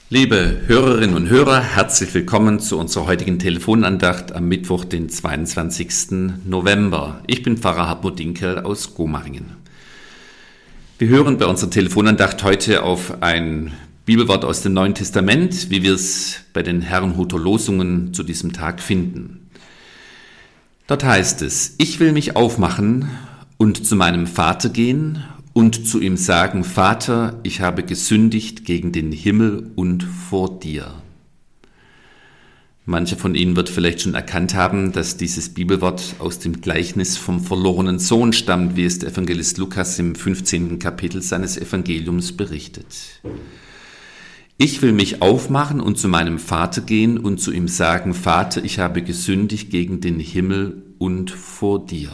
Liebe Hörerinnen und Hörer, herzlich willkommen zu unserer heutigen Telefonandacht am Mittwoch, den 22. November. Ich bin Pfarrer Hartmut Dinkel aus Gomaringen. Wir hören bei unserer Telefonandacht heute auf ein Bibelwort aus dem Neuen Testament, wie wir es bei den Herrnhuter Losungen zu diesem Tag finden. Dort heißt es: Ich will mich aufmachen und zu meinem Vater gehen und zu ihm sagen: Vater, ich habe gesündigt gegen den Himmel und vor dir. Mancher von Ihnen wird vielleicht schon erkannt haben, dass dieses Bibelwort aus dem Gleichnis vom verlorenen Sohn stammt, wie es der Evangelist Lukas im 15. Kapitel seines Evangeliums berichtet. Ich will mich aufmachen und zu meinem Vater gehen und zu ihm sagen: Vater, ich habe gesündigt gegen den Himmel und vor dir.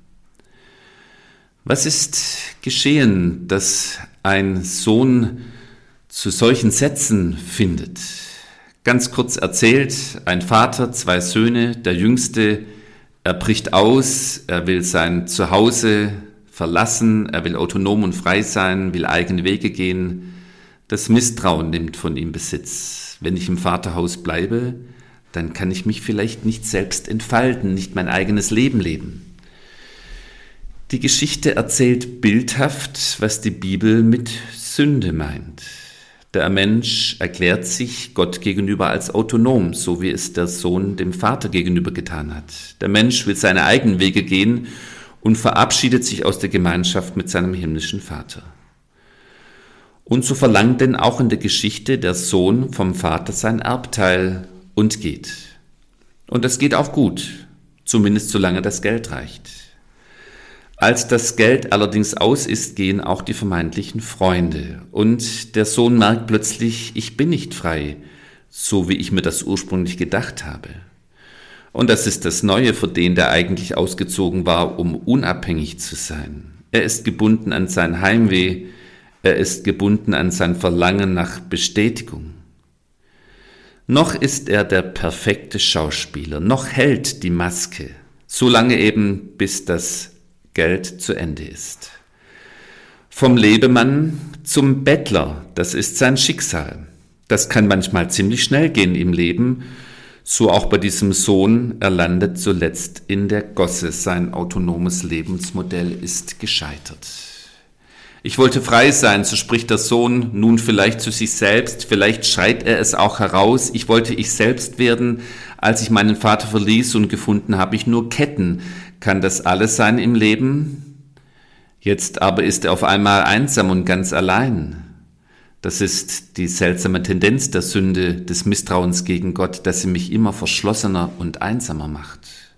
Was ist geschehen, dass ein Sohn zu solchen Sätzen findet? Ganz kurz erzählt: Ein Vater, zwei Söhne, der Jüngste, er bricht aus, er will sein Zuhause verlassen, er will autonom und frei sein, will eigene Wege gehen. Das Misstrauen nimmt von ihm Besitz. Wenn ich im Vaterhaus bleibe, dann kann ich mich vielleicht nicht selbst entfalten, nicht mein eigenes Leben leben. Die Geschichte erzählt bildhaft, was die Bibel mit Sünde meint. Der Mensch erklärt sich Gott gegenüber als autonom, so wie es der Sohn dem Vater gegenüber getan hat. Der Mensch will seine eigenen Wege gehen und verabschiedet sich aus der Gemeinschaft mit seinem himmlischen Vater. Und so verlangt denn auch in der Geschichte der Sohn vom Vater sein Erbteil und geht. Und das geht auch gut, zumindest solange das Geld reicht. Als das Geld allerdings aus ist, gehen auch die vermeintlichen Freunde. Und der Sohn merkt plötzlich: Ich bin nicht frei, so wie ich mir das ursprünglich gedacht habe. Und das ist das Neue für den, der eigentlich ausgezogen war, um unabhängig zu sein. Er ist gebunden an sein Heimweh, er ist gebunden an sein Verlangen nach Bestätigung. Noch ist er der perfekte Schauspieler, noch hält die Maske, solange eben, bis das Geld zu Ende ist. Vom Lebemann zum Bettler, das ist sein Schicksal. Das kann manchmal ziemlich schnell gehen im Leben, so auch bei diesem Sohn. Er landet zuletzt in der Gosse. Sein autonomes Lebensmodell ist gescheitert. Ich wollte frei sein, so spricht der Sohn nun vielleicht zu sich selbst, vielleicht schreit er es auch heraus: Ich wollte ich selbst werden, als ich meinen Vater verließ, und gefunden habe ich nur Ketten. Kann das alles sein im Leben? Jetzt aber ist er auf einmal einsam und ganz allein. Das ist die seltsame Tendenz der Sünde, des Misstrauens gegen Gott, dass sie mich immer verschlossener und einsamer macht.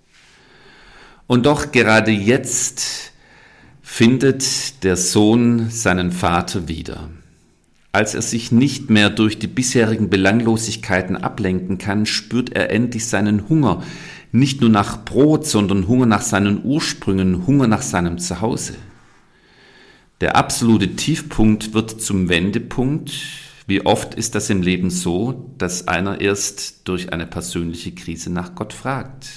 Und doch gerade jetzt findet der Sohn seinen Vater wieder. Als er sich nicht mehr durch die bisherigen Belanglosigkeiten ablenken kann, spürt er endlich seinen Hunger. Nicht nur nach Brot, sondern Hunger nach seinen Ursprüngen, Hunger nach seinem Zuhause. Der absolute Tiefpunkt wird zum Wendepunkt. Wie oft ist das im Leben so, dass einer erst durch eine persönliche Krise nach Gott fragt?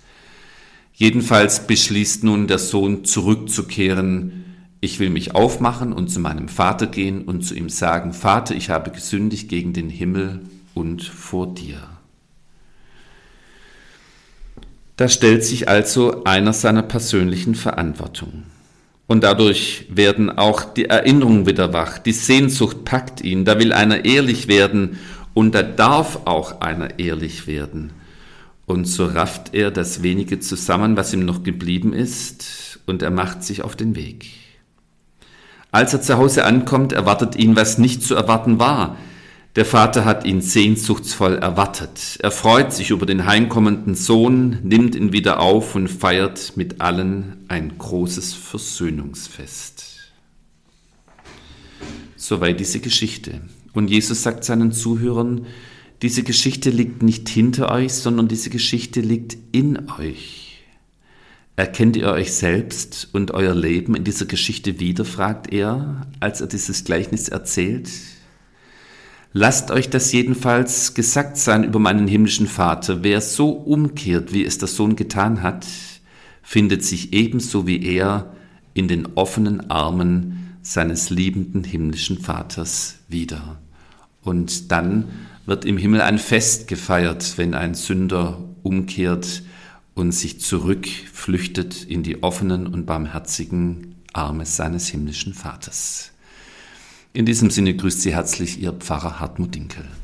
Jedenfalls beschließt nun der Sohn, zurückzukehren. Ich will mich aufmachen und zu meinem Vater gehen und zu ihm sagen: Vater, ich habe gesündigt gegen den Himmel und vor dir. Da stellt sich also einer seiner persönlichen Verantwortung. Und dadurch werden auch die Erinnerungen wieder wach, die Sehnsucht packt ihn, da will einer ehrlich werden und da darf auch einer ehrlich werden. Und so rafft er das wenige zusammen, was ihm noch geblieben ist, und er macht sich auf den Weg. Als er zu Hause ankommt, erwartet ihn, was nicht zu erwarten war. Der Vater hat ihn sehnsuchtsvoll erwartet. Er freut sich über den heimkommenden Sohn, nimmt ihn wieder auf und feiert mit allen ein großes Versöhnungsfest. Soweit diese Geschichte. Und Jesus sagt seinen Zuhörern: Diese Geschichte liegt nicht hinter euch, sondern diese Geschichte liegt in euch. Erkennt ihr euch selbst und euer Leben in dieser Geschichte wieder, fragt er, als er dieses Gleichnis erzählt. Lasst euch das jedenfalls gesagt sein über meinen himmlischen Vater: Wer so umkehrt, wie es der Sohn getan hat, findet sich ebenso wie er in den offenen Armen seines liebenden himmlischen Vaters wieder. Und dann wird im Himmel ein Fest gefeiert, wenn ein Sünder umkehrt und sich zurückflüchtet in die offenen und barmherzigen Arme seines himmlischen Vaters. In diesem Sinne grüßt Sie herzlich Ihr Pfarrer Hartmut Dinkel.